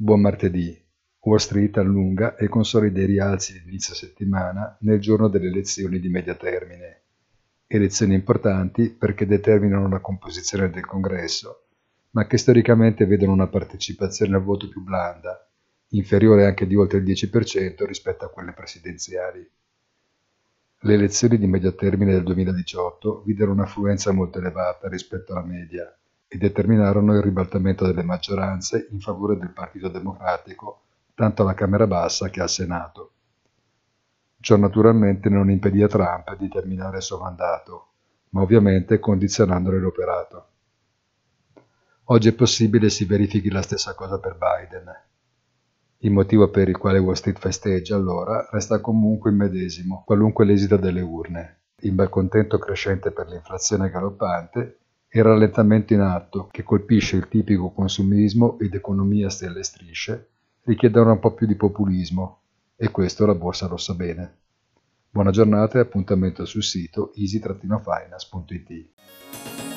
Buon martedì. Wall Street allunga e consolida i rialzi di inizio settimana nel giorno delle elezioni di medio termine. Elezioni importanti perché determinano la composizione del Congresso, ma che storicamente vedono una partecipazione al voto più blanda, inferiore anche di oltre il 10% rispetto a quelle presidenziali. Le elezioni di medio termine del 2018 videro un'affluenza molto elevata rispetto alla media e determinarono il ribaltamento delle maggioranze in favore del Partito Democratico tanto alla Camera Bassa che al Senato. Ciò naturalmente non impedì a Trump di terminare il suo mandato, ma ovviamente condizionandone l'operato. Oggi è possibile si verifichi la stessa cosa per Biden. Il motivo per il quale Wall Street festeggia allora resta comunque il medesimo, qualunque l'esito delle urne: il malcontento crescente per l'inflazione galoppante e il rallentamento in atto che colpisce il tipico consumismo ed economia stelle e strisce richiedono un po' più di populismo, e questo la borsa lo sa bene. Buona giornata e appuntamento sul sito easy-finance.it.